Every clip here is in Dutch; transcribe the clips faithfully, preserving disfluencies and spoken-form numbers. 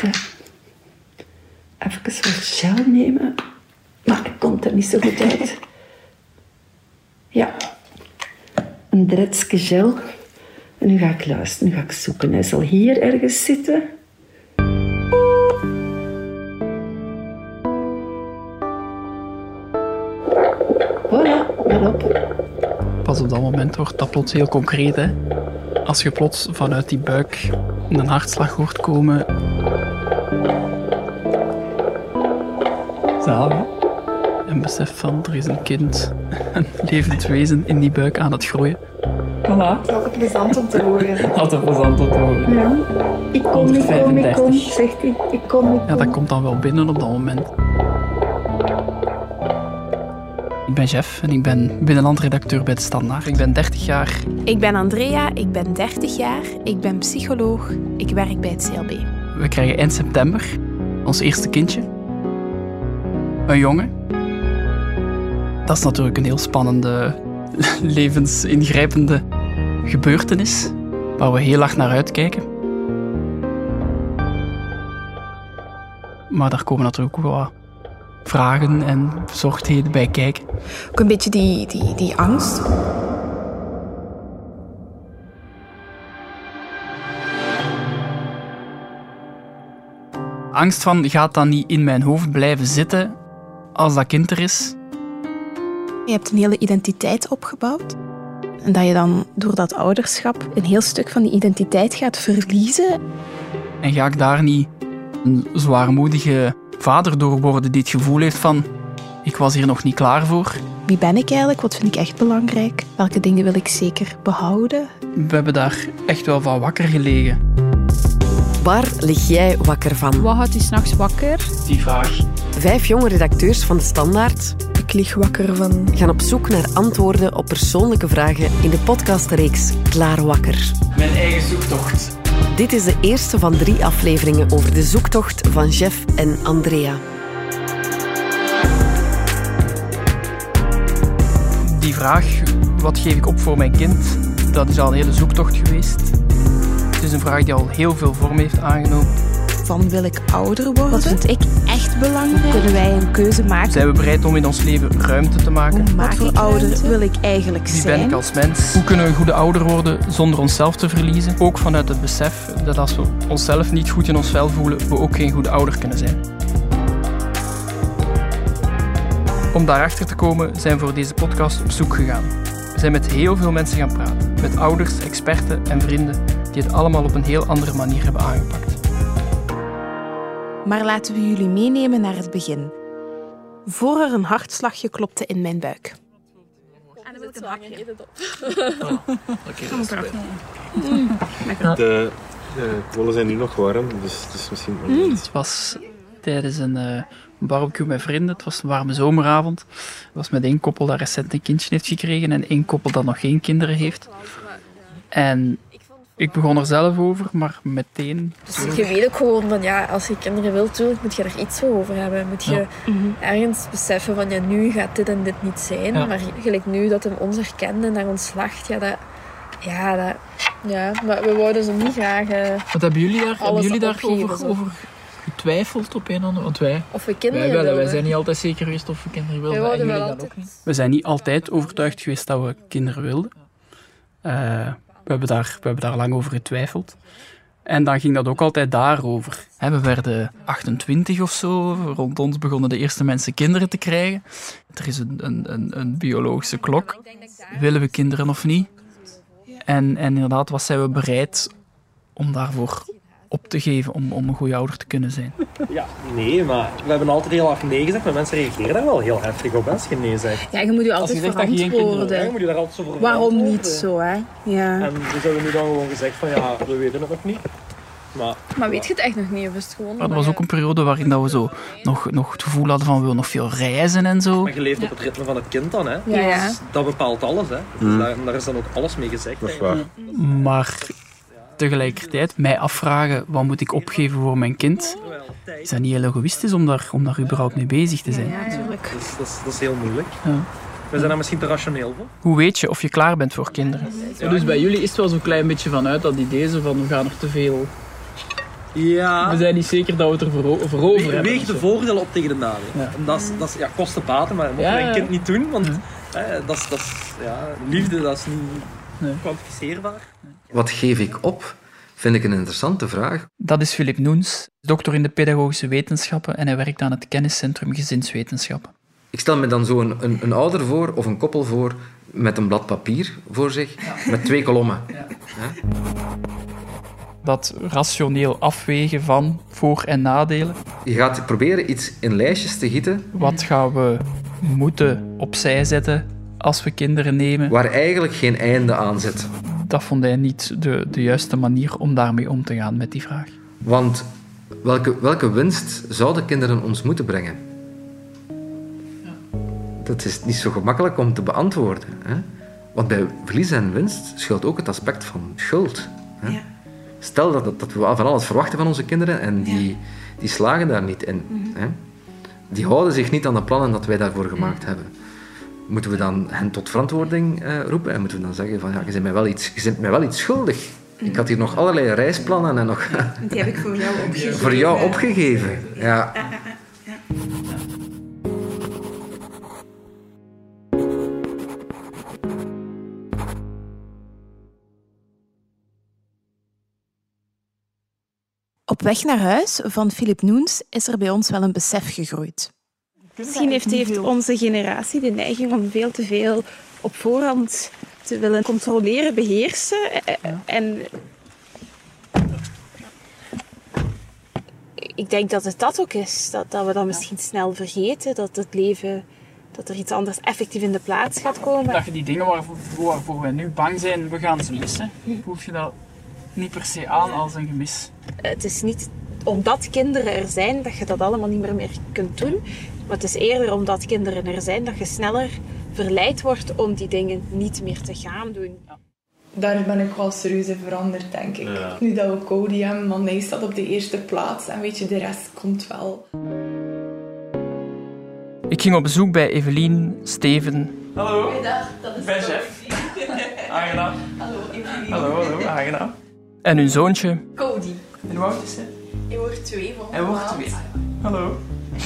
wachten. Even wat gel nemen. Maar het komt er niet zo goed uit. Ja. Een dretsje gel. En nu ga ik luisteren, nu ga ik zoeken. Hij zal hier ergens zitten. Voilà, daarop. Pas op dat moment wordt dat plots heel concreet, hè. Als je plots vanuit die buik een hartslag hoort komen. Zalig. En besef van, er is een kind, een levend wezen in die buik aan het groeien. Voilà. Altijd plezant om te horen. Altijd plezant om te horen. Ja. Ik kom, ik kom, ik kom, zegt hij. Ik kom, ik kom. Ja, dat komt dan wel binnen op dat moment. Ik ben Jeff en ik ben binnenlandredacteur bij De Standaard. Ik ben dertig jaar. Ik ben Andrea, ik ben dertig jaar, ik ben psycholoog, ik werk bij het C L B. We krijgen eind september ons eerste kindje. Een jongen. Dat is natuurlijk een heel spannende, levensingrijpende gebeurtenis, waar we heel hard naar uitkijken. Maar daar komen natuurlijk ook wat vragen en bezorgdheden bij kijken. Ook een beetje die, die, die angst. Angst van, gaat dat niet in mijn hoofd blijven zitten als dat kind er is? Je hebt een hele identiteit opgebouwd. En dat je dan door dat ouderschap een heel stuk van die identiteit gaat verliezen. En ga ik daar niet een zwaarmoedige vader door worden die het gevoel heeft van, ik was hier nog niet klaar voor? Wie ben ik eigenlijk? Wat vind ik echt belangrijk? Welke dingen wil ik zeker behouden? We hebben daar echt wel van wakker gelegen. Waar lig jij wakker van? Wat houdt u 's nachts wakker? Die vraag. Vijf jonge redacteurs van De Standaard Ik lig wakker van... gaan op zoek naar antwoorden op persoonlijke vragen in de podcastreeks Klaar Wakker. Mijn eigen zoektocht. Dit is de eerste van drie afleveringen over de zoektocht van Jeff en Andrea. Die vraag, wat geef ik op voor mijn kind, dat is al een hele zoektocht geweest. Het is een vraag die al heel veel vorm heeft aangenomen. Van wil ik ouder worden? Wat vind ik echt belangrijk? Hoe kunnen wij een keuze maken? Zijn we bereid om in ons leven ruimte te maken? Hoe Wat voor ouder wil ik eigenlijk Wie zijn? ben ik als mens? Hoe kunnen we een goede ouder worden zonder onszelf te verliezen? Ook vanuit het besef dat als we onszelf niet goed in ons vel voelen, we ook geen goede ouder kunnen zijn. Om daarachter te komen zijn we voor deze podcast op zoek gegaan. We zijn met heel veel mensen gaan praten. Met ouders, experten en vrienden die het allemaal op een heel andere manier hebben aangepakt. Maar laten we jullie meenemen naar het begin. Voor er een hartslagje klopte in mijn buik. En dan wil ik een hapje. De, de kolen zijn nu nog warm, dus het is misschien... Mm. Het was tijdens een uh, barbecue met vrienden. Het was een warme zomeravond. Het was met één koppel dat recent een kindje heeft gekregen en één koppel dat nog geen kinderen heeft. En ik begon er zelf over, maar meteen... Dus je weet ook gewoon van, ja, als je kinderen wilt doen, moet je er iets voor over hebben. Moet je ja. ergens beseffen van, ja, nu gaat dit en dit niet zijn. Ja. Maar gelijk nu dat hem ons herkende en naar ons lacht, ja, dat... Ja, dat, ja, maar we wouden ze niet graag uh, Wat hebben jullie daar, hebben jullie daar opgeven, over, over getwijfeld op een ander? Want wij, of we kinderen wij, wilden. wij zijn niet altijd zeker geweest of we kinderen wilden. Wij En jullie wel dat altijd... ook niet? We zijn niet altijd overtuigd geweest dat we kinderen wilden. Uh, we, hebben daar, we hebben daar lang over getwijfeld. En dan ging dat ook altijd daarover. He, we werden achtentwintig of zo. Rond ons begonnen de eerste mensen kinderen te krijgen. Er is een, een, een, een biologische klok. Willen we kinderen of niet? En, en inderdaad, wat zijn we bereid om daarvoor op te geven, om, om een goede ouder te kunnen zijn? Ja, nee, maar we hebben altijd heel hard nee gezegd, maar mensen reageren daar wel heel heftig op als je nee zegt. Ja, je moet je altijd verantwoorden. Ja, je moet je daar altijd zo voor Waarom niet zo, hè? Ja. En dus hebben we nu dan gewoon gezegd van, ja, we weten het nog niet. Maar, maar weet je het echt nog niet? Of is het gewoon... Maar er was ook een periode waarin dat we zo nog, nog het gevoel hadden van we willen nog veel reizen en zo. Maar je leeft ja. op het ritme van het kind dan, hè? Ja, ja. Dus dat bepaalt alles, hè? Dus mm. daar, daar is dan ook alles mee gezegd. Dat is waar. Maar tegelijkertijd mij afvragen wat moet ik opgeven voor mijn kind, is dat niet heel egoïstisch om daar, om daar überhaupt mee bezig te zijn? Ja, natuurlijk. Ja, dus, dat, is, dat is heel moeilijk. Ja. We zijn daar misschien te rationeel voor. Hoe weet je of je klaar bent voor kinderen? Ja, dus bij jullie is het wel zo'n klein beetje vanuit dat idee van we gaan er te veel Ja. We zijn niet zeker dat we het er voor, voor over We, hebben. weeg de voordelen op tegen de nadelen. Ja. En dat is, dat is ja, kosten baten, maar dat moet Ja, je een ja. kind niet doen, want Ja. hè, dat is, dat is, ja, liefde dat is niet Nee. kwantificeerbaar. Wat geef ik op? Vind ik een interessante vraag. Dat is Philip Noens, doctor in de pedagogische wetenschappen en hij werkt aan het kenniscentrum gezinswetenschappen. Ik stel me dan zo een, een, een ouder voor of een koppel voor met een blad papier voor zich, met twee kolommen. Ja. Hè? Dat rationeel afwegen van voor- en nadelen. Je gaat proberen iets in lijstjes te gieten Wat gaan we moeten opzij zetten als we kinderen nemen? waar eigenlijk geen einde aan zit. Dat vond hij niet de, de juiste manier om daarmee om te gaan met die vraag. Want welke, welke winst zouden kinderen ons moeten brengen? Dat is niet zo gemakkelijk om te beantwoorden. Hè? Want bij verlies en winst schuilt ook het aspect van schuld. Hè? Ja. Stel dat, dat, dat we van alles verwachten van onze kinderen en die, ja. die slagen daar niet in. Mm-hmm. Hè? Die houden zich niet aan de plannen dat wij daarvoor gemaakt mm. hebben. Moeten we dan hen tot verantwoording uh, roepen en moeten we dan zeggen van ja, je bent mij wel iets, je bent mij wel iets schuldig. Mm. Ik had hier nog allerlei reisplannen en nog... Die heb ik voor jou opgegeven. Voor jou opgegeven, ja. Op weg naar huis van Philip Noens is er bij ons wel een besef gegroeid. Misschien heeft, heeft onze generatie de neiging om veel te veel op voorhand te willen controleren, beheersen. Ja. En ik denk dat het dat ook is. Dat, dat we dat misschien snel vergeten. Dat het leven, dat er iets anders effectief in de plaats gaat komen. Dat je die dingen waarvoor, waarvoor wij nu bang zijn, we gaan ze missen. Voel je dat niet per se aan als een gemis? Het is niet omdat kinderen er zijn dat je dat allemaal niet meer, meer kunt doen. Maar het is eerder omdat kinderen er zijn dat je sneller verleid wordt om die dingen niet meer te gaan doen. Ja. Daar ben ik wel serieus in veranderd, denk ik. Ja. Nu dat we Cody hebben, want hij staat op de eerste plaats en weet je, de rest komt wel. Ik ging op bezoek bij Evelien, Steven. Hallo. Goeiedag, dat is ben Jeff. Aangenaam. Hallo, Evelien. Hallo, hallo, aangenaam. En hun zoontje. Cody. En hoe oud is hij? Hij wordt twee van Hij wordt twee. Hallo.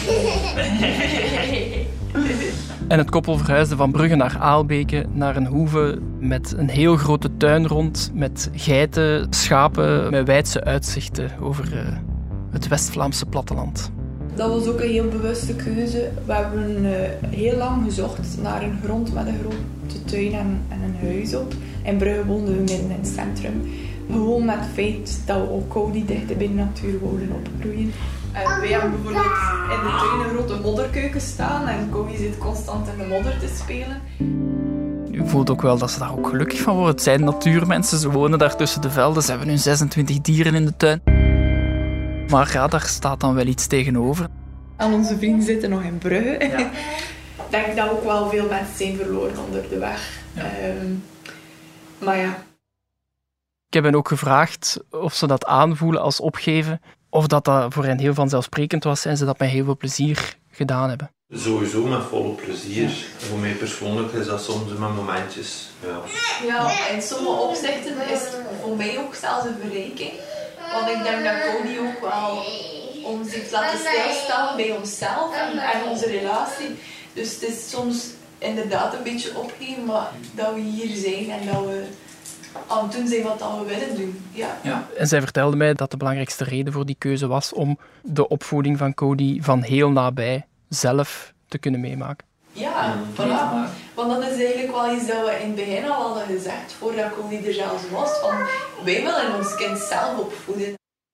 En het koppel verhuisde van Brugge naar Aalbeke, naar een hoeve met een heel grote tuin rond, met geiten, schapen, met wijdse uitzichten over uh, het West-Vlaamse platteland. Dat was ook een heel bewuste keuze. We hebben uh, heel lang gezocht naar een grond met een grote tuin en, en een huis op. In Brugge woonden we midden in het centrum. Gewoon met het feit dat we ook Cody dichter bij de natuur wouden opgroeien. Uh, wij hebben bijvoorbeeld in de tuin een grote modderkeuken staan en Cody zit constant in de modder te spelen. Je voelt ook wel dat ze daar ook gelukkig van worden. Het zijn natuurmensen, ze wonen daar tussen de velden, ze hebben nu zesentwintig dieren in de tuin. Maar ja, daar staat dan wel iets tegenover. Al onze vrienden zitten nog in Brugge. Ja. Ik denk dat ook wel veel mensen zijn verloren onder de weg. Ja. Um, maar ja. Ik heb hen ook gevraagd of ze dat aanvoelen als opgeven. Of dat dat voor hen heel vanzelfsprekend was en ze dat met heel veel plezier gedaan hebben. Sowieso met volle plezier. Voor mij persoonlijk is dat soms met momentjes. Ja, ja, in sommige opzichten is het voor mij ook zelfs een verrijking. Want ik denk dat Cody ook wel ons heeft laten stilstaan bij onszelf en, en onze relatie. Dus het is soms inderdaad een beetje opgeven, maar dat we hier zijn en dat we aan het doen zijn wat we willen doen. Ja. Ja. En zij vertelde mij dat de belangrijkste reden voor die keuze was om de opvoeding van Cody van heel nabij zelf te kunnen meemaken. Ja, voilà. Want dat is eigenlijk wel iets dat we in het begin al hadden gezegd, voordat Cody er zelfs was, van wij willen ons kind zelf opvoeden.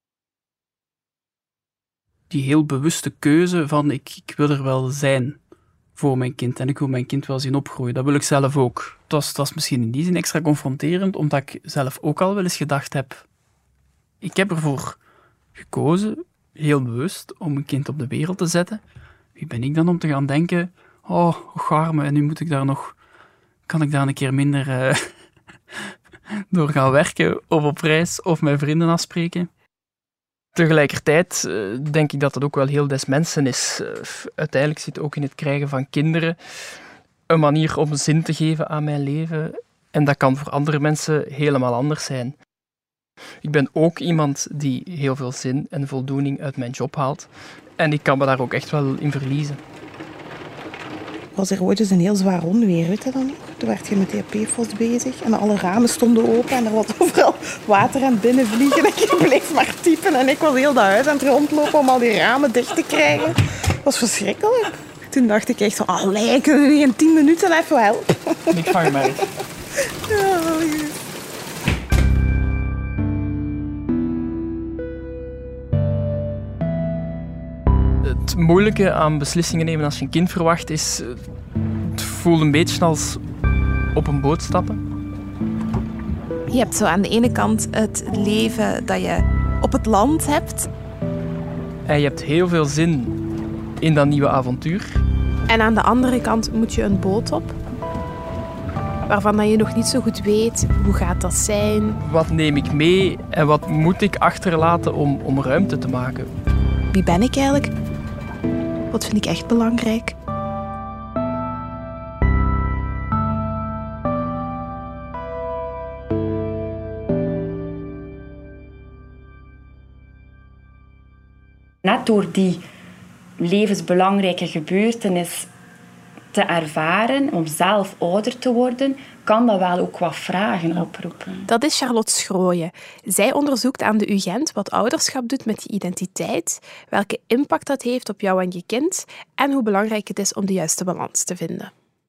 Die heel bewuste keuze van ik, ik wil er wel zijn voor mijn kind en ik wil mijn kind wel zien opgroeien. Dat wil ik zelf ook. Dat is, dat is misschien in die zin extra confronterend, omdat ik zelf ook al wel eens gedacht heb, ik heb ervoor gekozen, heel bewust, om een kind op de wereld te zetten. Wie ben ik dan om te gaan denken, oh, garme, en nu moet ik daar nog, kan ik daar een keer minder uh, door gaan werken, of op reis, of mijn vrienden afspreken. Tegelijkertijd uh, denk ik dat het ook wel heel des mensen is. Uh, uiteindelijk zit ook in het krijgen van kinderen een manier om zin te geven aan mijn leven. En dat kan voor andere mensen helemaal anders zijn. Ik ben ook iemand die heel veel zin en voldoening uit mijn job haalt. En ik kan me daar ook echt wel in verliezen. Was er ooit eens een heel zwaar onweer, weet je dan nog? Toen werd je met de P F O S bezig en alle ramen stonden open en er was overal water aan het binnenvliegen en je bleef maar typen en ik was heel dat huis aan het rondlopen om al die ramen dicht te krijgen. Dat was verschrikkelijk. Toen dacht ik echt van, allee, kunnen we in tien minuten even helpen? Ik vang maar. Ja, Het moeilijke aan beslissingen nemen als je een kind verwacht is... Het voelt een beetje als op een boot stappen. Je hebt zo aan de ene kant het leven dat je op het land hebt. En je hebt heel veel zin in dat nieuwe avontuur. En aan de andere kant moet je een boot op. Waarvan je nog niet zo goed weet, hoe gaat dat zijn? Wat neem ik mee en wat moet ik achterlaten om, om ruimte te maken? Wie ben ik eigenlijk? Wat vind ik echt belangrijk? Net door die levensbelangrijke gebeurtenis te ervaren, om zelf ouder te worden, kan dat wel ook wat vragen oproepen. Dat is Charlotte Schrooyen. Zij onderzoekt aan de U Gent wat ouderschap doet met je identiteit, welke impact dat heeft op jou en je kind en hoe belangrijk het is om de juiste balans te vinden.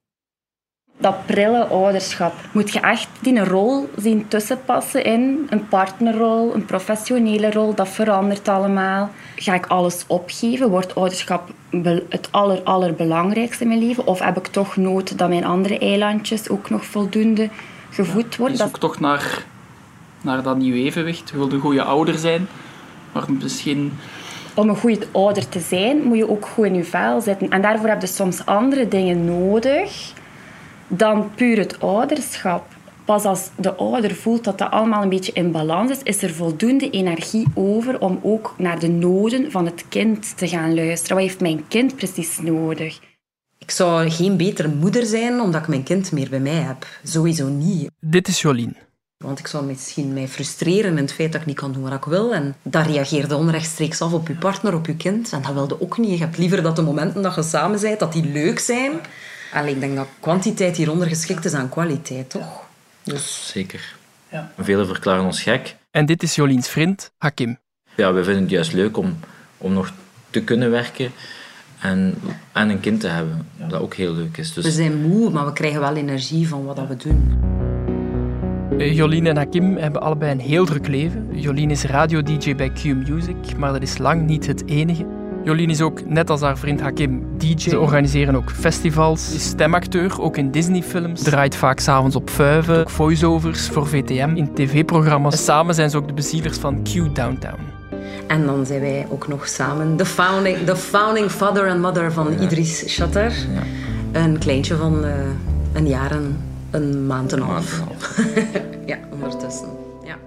Dat prille ouderschap moet je echt die rol zien tussenpassen in een partnerrol, een professionele rol. Dat verandert allemaal. Ga ik alles opgeven? Wordt ouderschap het aller, allerbelangrijkste in mijn leven? Of heb ik toch nood dat mijn andere eilandjes ook nog voldoende gevoed worden? Je zoekt toch naar, naar dat nieuwe evenwicht. Je wilt een goede ouder zijn, maar misschien... Om een goede ouder te zijn, moet je ook goed in je vel zitten. En daarvoor heb je soms andere dingen nodig dan puur het ouderschap. Pas als de ouder voelt dat dat allemaal een beetje in balans is, is er voldoende energie over om ook naar de noden van het kind te gaan luisteren. Wat heeft mijn kind precies nodig? Ik zou geen betere moeder zijn omdat ik mijn kind meer bij mij heb. Sowieso niet. Dit is Jolien. Want ik zou misschien mij frustreren in het feit dat ik niet kan doen wat ik wil. En dat reageerde onrechtstreeks af op je partner, op je kind. En dat wilde ook niet. Je hebt liever dat de momenten dat je samen bent, dat die leuk zijn. Allee, ik denk dat kwantiteit hier ondergeschikt is aan kwaliteit, toch? Dus... Zeker. Ja. Velen verklaren ons gek. En dit is Joliens vriend, Hakim. Ja, we vinden het juist leuk om, om nog te kunnen werken en, en een kind te hebben. Ja. Dat ook heel leuk is. Dus... We zijn moe, maar we krijgen wel energie van wat we doen. Jolien en Hakim hebben allebei een heel druk leven. Jolien is radio-d j bij Q Music, maar dat is lang niet het enige. Jolien is ook, net als haar vriend Hakim, D J. Ze organiseren ook festivals, is stemacteur, ook in Disney-films. Draait vaak 's avonds op Vuiven, ook voice-overs voor V T M in tv-programma's. En samen zijn ze ook de bezielers van Q Downtown. En dan zijn wij ook nog samen de founding, de founding father en mother van ja. Idris Shatter. Ja. Een kleintje van uh, een jaar en een maand en een half. Ja, ondertussen. Ja.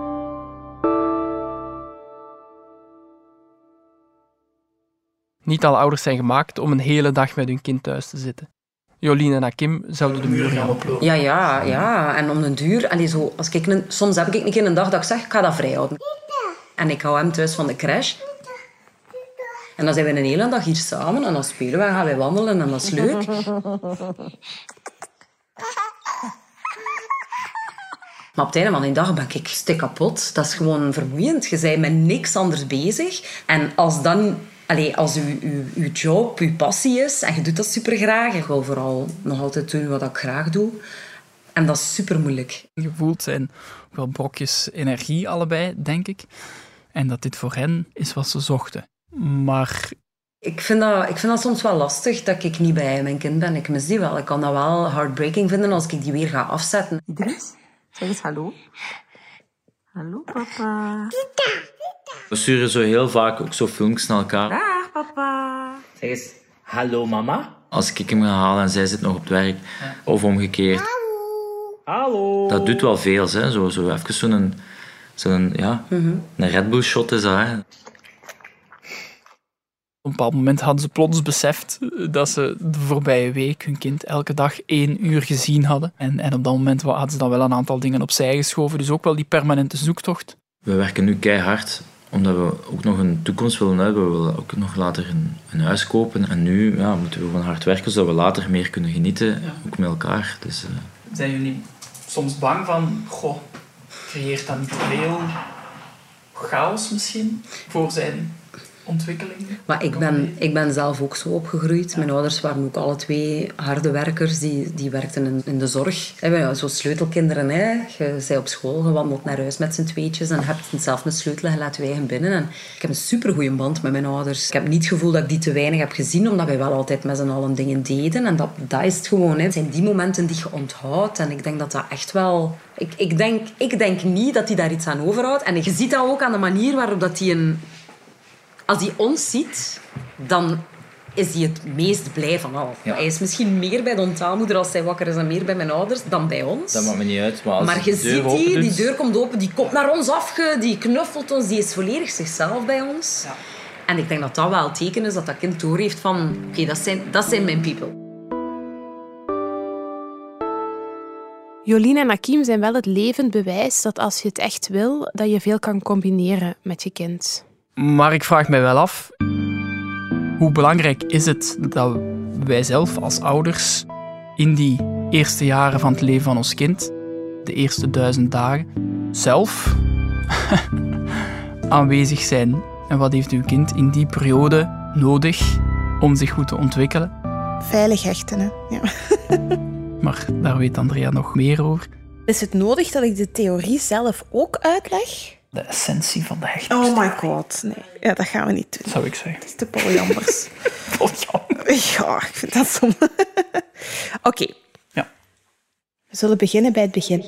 Niet alle ouders zijn gemaakt om een hele dag met hun kind thuis te zitten. Jolien en Hakim zouden de muur gaan oplopen. Ja, ja, ja. En om den duur... Allee, zo, als ik een, soms heb ik een keer een dag dat ik zeg, ik ga dat vrijhouden. En ik hou hem thuis van de crash. En dan zijn we een hele dag hier samen en dan spelen we en gaan wij wandelen en dat is leuk. Maar op het einde van die dag ben ik stik kapot. Dat is gewoon vermoeiend. Je bent met niks anders bezig. En als dan... Allee, als uw, uw, uw job, uw passie is en je doet dat supergraag, ik wil vooral nog altijd doen wat ik graag doe. En dat is super moeilijk. Gevoeld zijn wel brokjes energie allebei, denk ik. En dat dit voor hen is wat ze zochten. Maar... Ik vind, dat, ik vind dat soms wel lastig dat ik niet bij mijn kind ben. Ik mis die wel. Ik kan dat wel heartbreaking vinden als ik die weer ga afzetten. Idris, zeg eens hallo. Hallo, papa. We sturen zo heel vaak ook zo filmpjes naar elkaar. Dag, papa. Zeg eens, hallo mama. Als ik hem ga halen en zij zit nog op het werk. Ja. Of omgekeerd. Hallo. Hallo. Dat doet wel veel, hè. Zo, zo even zo'n... zo'n ja, mm-hmm. Een Red Bull shot is dat, hè. Op een bepaald moment hadden ze plots beseft dat ze de voorbije week hun kind elke dag één uur gezien hadden. En, en op dat moment hadden ze dan wel een aantal dingen opzij geschoven. Dus ook wel die permanente zoektocht. We werken nu keihard, omdat we ook nog een toekomst willen hebben. We willen ook nog later een, een huis kopen. En nu ja, moeten we gewoon hard werken, zodat we later meer kunnen genieten, ja. Ook met elkaar. Dus, uh... Zijn jullie soms bang van, goh, creëert dat niet veel chaos misschien voor zijn ontwikkeling? Maar ik ben, ik ben zelf ook zo opgegroeid. Ja. Mijn ouders waren ook alle twee harde werkers. Die, die werkten in, in de zorg. Zo sleutelkinderen. Hè. Je bent op school, gewandeld naar huis met z'n tweetjes en hebt zelf een sleutel en laat wij hen binnen. En ik heb een supergoeie band met mijn ouders. Ik heb niet het gevoel dat ik die te weinig heb gezien, omdat wij wel altijd met z'n allen dingen deden. En dat, dat is het gewoon. Hè. Het zijn die momenten die je onthoudt. En ik denk dat dat echt wel... Ik, ik, denk, ik denk niet dat hij daar iets aan overhoudt. En je ziet dat ook aan de manier waarop dat hij een... Als hij ons ziet, dan is hij het meest blij van al. Ja. Hij is misschien meer bij de ontaalmoeder als hij wakker is en meer bij mijn ouders dan bij ons. Dat maakt me niet uit. Maar, als maar je ziet die, die deur komt open, die komt naar ons af, die knuffelt ons, die is volledig zichzelf bij ons. Ja. En ik denk dat dat wel het teken is dat dat kind doorheeft van... Oké, okay, dat, zijn, dat zijn mijn people. Jolien en Hakim zijn wel het levend bewijs dat als je het echt wil, dat je veel kan combineren met je kind. Maar ik vraag mij wel af, hoe belangrijk is het dat wij zelf als ouders in die eerste jaren van het leven van ons kind, de eerste duizend dagen, zelf aanwezig zijn? En wat heeft uw kind in die periode nodig om zich goed te ontwikkelen? Veilig hechten, hè. Ja. Maar daar weet Andrea nog meer over. Is het nodig dat ik de theorie zelf ook uitleg? De essentie van de hechting. Oh my god, nee. Ja, dat gaan we niet doen. Dat zou ik zeggen. Dat is te polyambers. Ja, ik vind dat zo... Oké. Okay. Ja. We zullen beginnen bij het begin.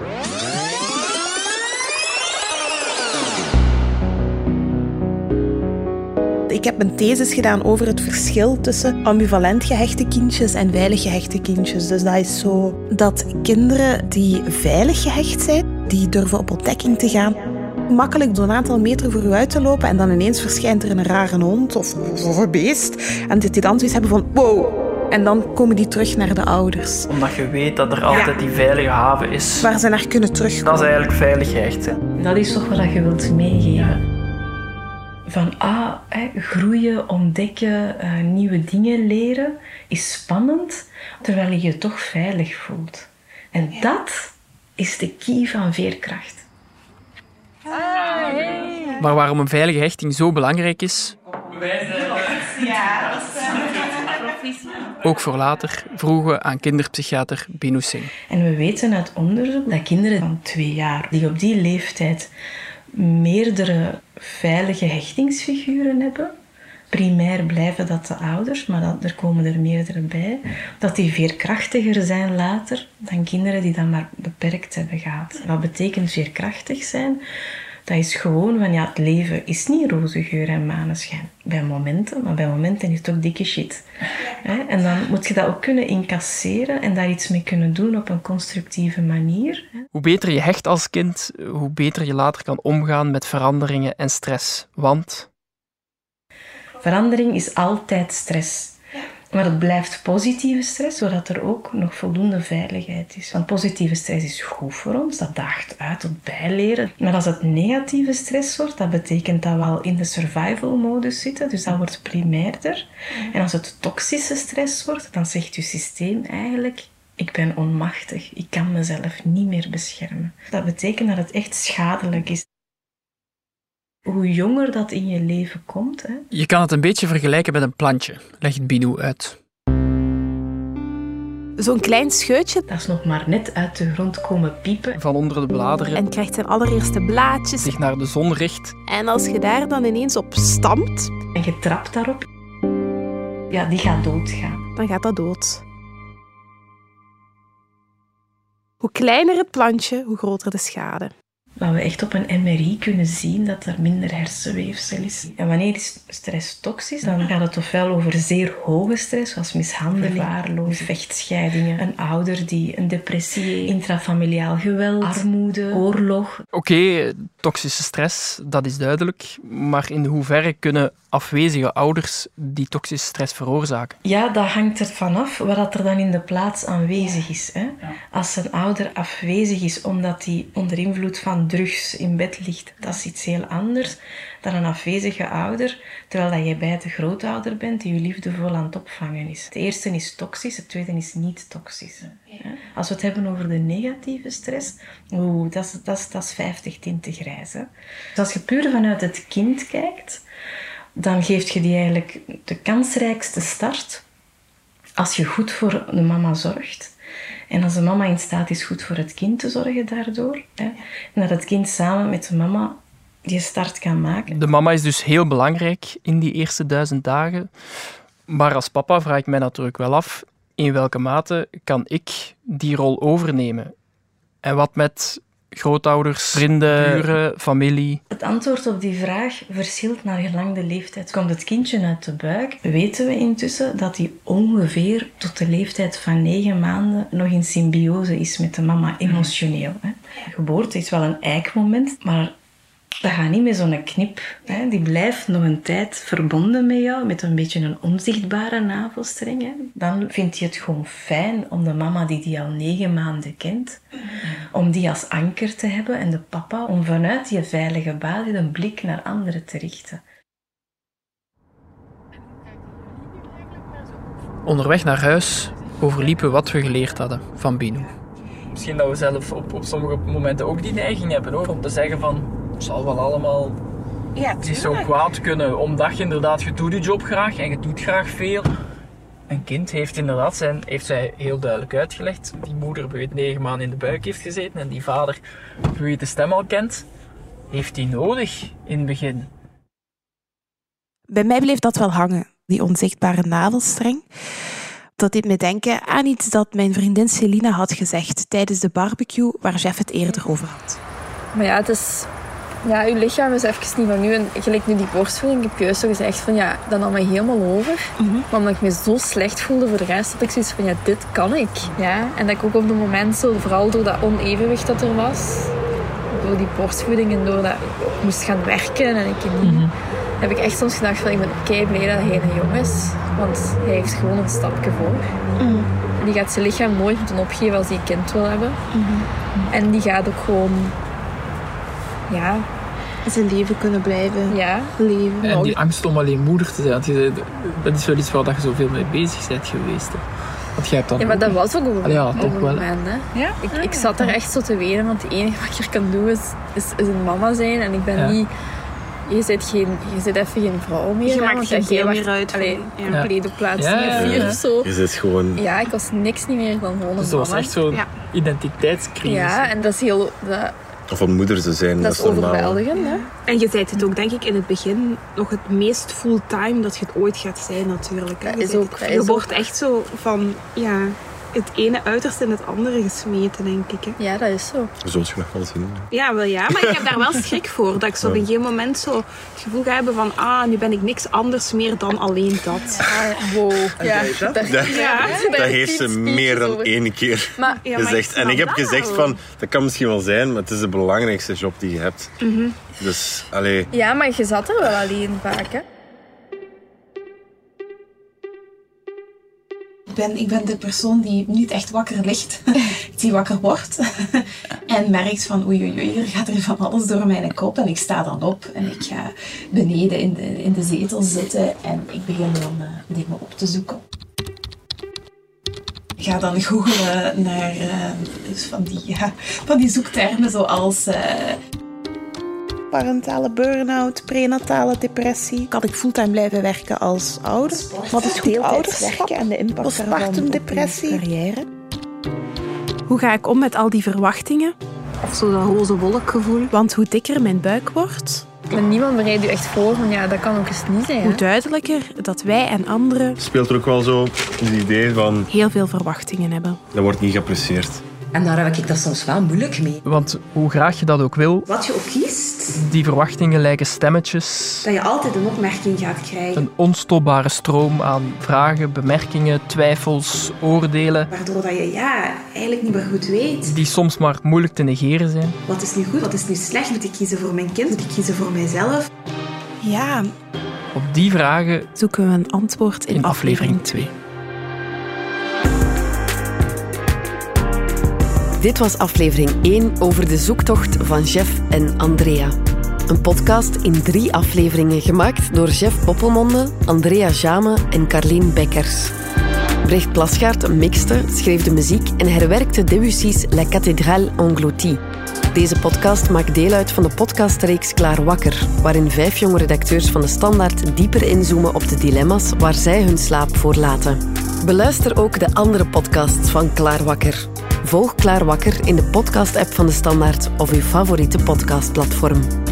Ik heb een thesis gedaan over het verschil tussen ambivalent gehechte kindjes en veilig gehechte kindjes. Dus dat is zo dat kinderen die veilig gehecht zijn, die durven op ontdekking te gaan, makkelijk door een aantal meter voor u uit te lopen en dan ineens verschijnt er een rare hond of, of een beest en dat die dan zoiets hebben van wow. En dan komen die terug naar de ouders. Omdat je weet dat er altijd ja. die veilige haven is. Waar ze naar kunnen terugkomen. Dat is eigenlijk veilig gehecht zijn. Dat is toch wat je wilt meegeven. Van ah, hè, groeien, ontdekken, uh, nieuwe dingen leren is spannend, terwijl je je toch veilig voelt. En ja. dat is de key van veerkracht. Hey. Maar waarom een veilige hechting zo belangrijk is, ja, dat is ook voor later, vroegen we aan kinderpsychiater Binu Singh. En we weten uit onderzoek dat kinderen van twee jaar, die op die leeftijd meerdere veilige hechtingsfiguren hebben. Primair blijven dat de ouders, maar dat, er komen er meerdere bij. Dat die veerkrachtiger zijn later dan kinderen die dat maar beperkt hebben gehad. Wat betekent veerkrachtig zijn? Dat is gewoon van, ja, het leven is niet roze geur en maneschijn. Bij momenten, maar bij momenten is het ook dikke shit. Ja. En dan moet je dat ook kunnen incasseren en daar iets mee kunnen doen op een constructieve manier. Hoe beter je hecht als kind, hoe beter je later kan omgaan met veranderingen en stress. Want... verandering is altijd stress. Maar het blijft positieve stress, zodat er ook nog voldoende veiligheid is. Want positieve stress is goed voor ons, dat daagt uit tot bijleren. Maar als het negatieve stress wordt, dat betekent dat we al in de survival-modus zitten, dus dat wordt primairder. En als het toxische stress wordt, dan zegt je systeem eigenlijk... ik ben onmachtig, ik kan mezelf niet meer beschermen. Dat betekent dat het echt schadelijk is. Hoe jonger dat in je leven komt... Hè. Je kan het een beetje vergelijken met een plantje, legt Binu uit. Zo'n klein scheutje... dat is nog maar net uit de grond komen piepen. Van onder de bladeren. En krijgt zijn allereerste blaadjes. Zich naar de zon richt. En als je daar dan ineens op stampt... en je trapt daarop... ja, die gaat doodgaan. Dan gaat dat dood. Hoe kleiner het plantje, hoe groter de schade. Dat we echt op een M R I kunnen zien dat er minder hersenweefsel is. En wanneer is stress toxisch? Dan gaat het ofwel over zeer hoge stress, zoals mishandeling, verwaarlozing, vechtscheidingen. Een ouder die een depressie heeft, intrafamiliaal geweld, armoede, oorlog. Oké, okay, toxische stress, dat is duidelijk. Maar in hoeverre kunnen afwezige ouders die toxische stress veroorzaken? Ja, dat hangt er vanaf wat er dan in de plaats aanwezig is. Hè? Ja. Als een ouder afwezig is omdat hij onder invloed van drugs in bed ligt, dat is iets heel anders dan een afwezige ouder, terwijl dat jij bij de grootouder bent die je liefdevol aan het opvangen is. Het eerste is toxisch, het tweede is niet toxisch. Ja. Als we het hebben over de negatieve stress, oeh, dat is, dat is, dat is vijftig tinten grijs. Hè? Dus als je puur vanuit het kind kijkt, dan geef je die eigenlijk de kansrijkste start als je goed voor de mama zorgt. En als de mama in staat is goed voor het kind te zorgen daardoor. Hè, en dat het kind samen met de mama die start kan maken. De mama is dus heel belangrijk in die eerste duizend dagen. Maar als papa vraag ik mij natuurlijk wel af, in welke mate kan ik die rol overnemen? En wat met grootouders, vrienden, buren, familie? Het antwoord op die vraag verschilt naar gelang de leeftijd. Komt het kindje uit de buik, weten we intussen dat hij ongeveer tot de leeftijd van negen maanden nog in symbiose is met de mama, emotioneel. Hè. Geboorte is wel een eikmoment, maar dat gaat niet met zo'n knip. Hè. Die blijft nog een tijd verbonden met jou, met een beetje een onzichtbare navelstreng. Hè. Dan vindt hij het gewoon fijn om de mama die die al negen maanden kent, om die als anker te hebben en de papa om vanuit die veilige basis een blik naar anderen te richten. Onderweg naar huis overliepen wat we geleerd hadden van Binu. Misschien dat we zelf op, op sommige momenten ook die neiging hebben, hoor, om te zeggen van het zal wel allemaal ja, niet zo kwaad kunnen, omdat je inderdaad, je doet je job graag en je doet graag veel. Een kind heeft inderdaad zijn, heeft zij heel duidelijk uitgelegd, die moeder bij het negen maanden in de buik heeft gezeten en die vader, wie je de stem al kent, heeft die nodig in het begin. Bij mij bleef dat wel hangen, die onzichtbare navelstreng. Dat deed me denken aan iets dat mijn vriendin Celina had gezegd tijdens de barbecue waar Jeff het eerder over had. Maar ja, het is... Ja, uw lichaam is even niet van u. En gelijk nu die borstvoeding, ik heb juist zo gezegd van ja, dat nam mij helemaal over. Mm-hmm. Maar omdat ik me zo slecht voelde voor de rest, had ik zoiets van ja, dit kan ik. Ja? En dat ik ook op het moment zo, vooral door dat onevenwicht dat er was, door die borstvoeding en doordat ik moest gaan werken en ik niet, mm-hmm. heb ik echt soms gedacht van ik ben kei blij dat hij een jong is. Want hij heeft gewoon een stapje voor. Mm-hmm. En die gaat zijn lichaam nooit moeten opgeven als hij een kind wil hebben. Mm-hmm. En die gaat ook gewoon... Ja, zijn leven kunnen blijven ja. leven. En die angst om alleen moeder te zijn, dat is wel iets waar je zoveel mee bezig bent geweest. Hè. Want jij hebt dat ja, maar dat was ook op een, ja, op een moment. Hè. Ja? Ik, ik zat er echt zo te wenen, want het enige wat ik er kan doen is, is, is een mama zijn. En ik ben ja. niet... Je bent, geen, je bent even geen vrouw meer. Je maakt geen deel meer uit. Alleen een ja. pledeplaats ja, ja, ja. of zo. Je zit gewoon... Ja, ik was niks niet meer dan gewoon een dus dat mama. was echt zo'n ja. identiteitscrisis. Ja, en dat is heel... Dat, Of een moeder te zijn, dat, dat is overweldigend. Hè? En je zei het ook, denk ik, in het begin nog het meest fulltime dat je het ooit gaat zijn, natuurlijk. Hè? Je, is ook, je wordt ook. echt zo van ja, het ene uiterste in het andere gesmeten, denk ik. Hè? Ja, dat is zo. Zo zult je nog wel zien. Ja, wel ja, maar ik heb daar wel schrik voor. Dat ik zo op een gegeven moment zo het gevoel ga hebben van ah, nu ben ik niks anders meer dan alleen dat. Ah, wow. Ja, dat, dat, dat, ja, dat heeft ze meer dan over. één keer maar, ja, gezegd. En ik heb gezegd van, dat kan misschien wel zijn, maar het is de belangrijkste job die je hebt. Mm-hmm. Dus, allee. Ja, maar je zat er wel alleen vaak, hè? Ik ben, ik ben de persoon die niet echt wakker ligt, die wakker wordt en merkt van oei oei oei, er gaat er van alles door mijn kop en ik sta dan op en ik ga beneden in de, in de zetel zitten en ik begin dan uh, dingen op te zoeken. Ik ga dan googlen naar uh, van, die, ja, van die zoektermen zoals... Uh, parentale burn-out, prenatale depressie. Kan ik fulltime blijven werken als ouder? Wat is goed ouderschap en de impact postpartum depressie? Carrière. Hoe ga ik om met al die verwachtingen? Of zo dat roze wolkgevoel. Want hoe dikker mijn buik wordt... Maar niemand bereidt u echt voor van ja, dat kan ook eens niet zijn. Hoe duidelijker dat wij en anderen... Speelt er ook wel zo het idee van... heel veel verwachtingen hebben. Dat wordt niet geapprecieerd. En daar heb ik dat soms wel moeilijk mee. Want hoe graag je dat ook wil... Wat je ook kiest... Die verwachtingen lijken stemmetjes... Dat je altijd een opmerking gaat krijgen. Een onstopbare stroom aan vragen, bemerkingen, twijfels, oordelen... Waardoor dat je ja, eigenlijk niet meer goed weet... Die soms maar moeilijk te negeren zijn. Wat is nu goed? Wat is nu slecht? Moet ik kiezen voor mijn kind? Moet ik kiezen voor mijzelf? Ja... Op die vragen... zoeken we een antwoord in, in aflevering twee. Dit was aflevering één over de zoektocht van Jeff en Andrea. Een podcast in drie afleveringen gemaakt door Jeff Poppelmonde, Andrea Jame en Carleen Bekkers. Brecht Plasgaard mixte, schreef de muziek en herwerkte Debussy's La Cathédrale Engloutie. Deze podcast maakt deel uit van de podcastreeks Klaar Wakker, waarin vijf jonge redacteurs van de Standaard dieper inzoomen op de dilemma's waar zij hun slaap voor laten. Beluister ook de andere podcasts van Klaar Wakker. Volg Klaar Wakker in de podcast-app van de Standaard of uw favoriete podcastplatform.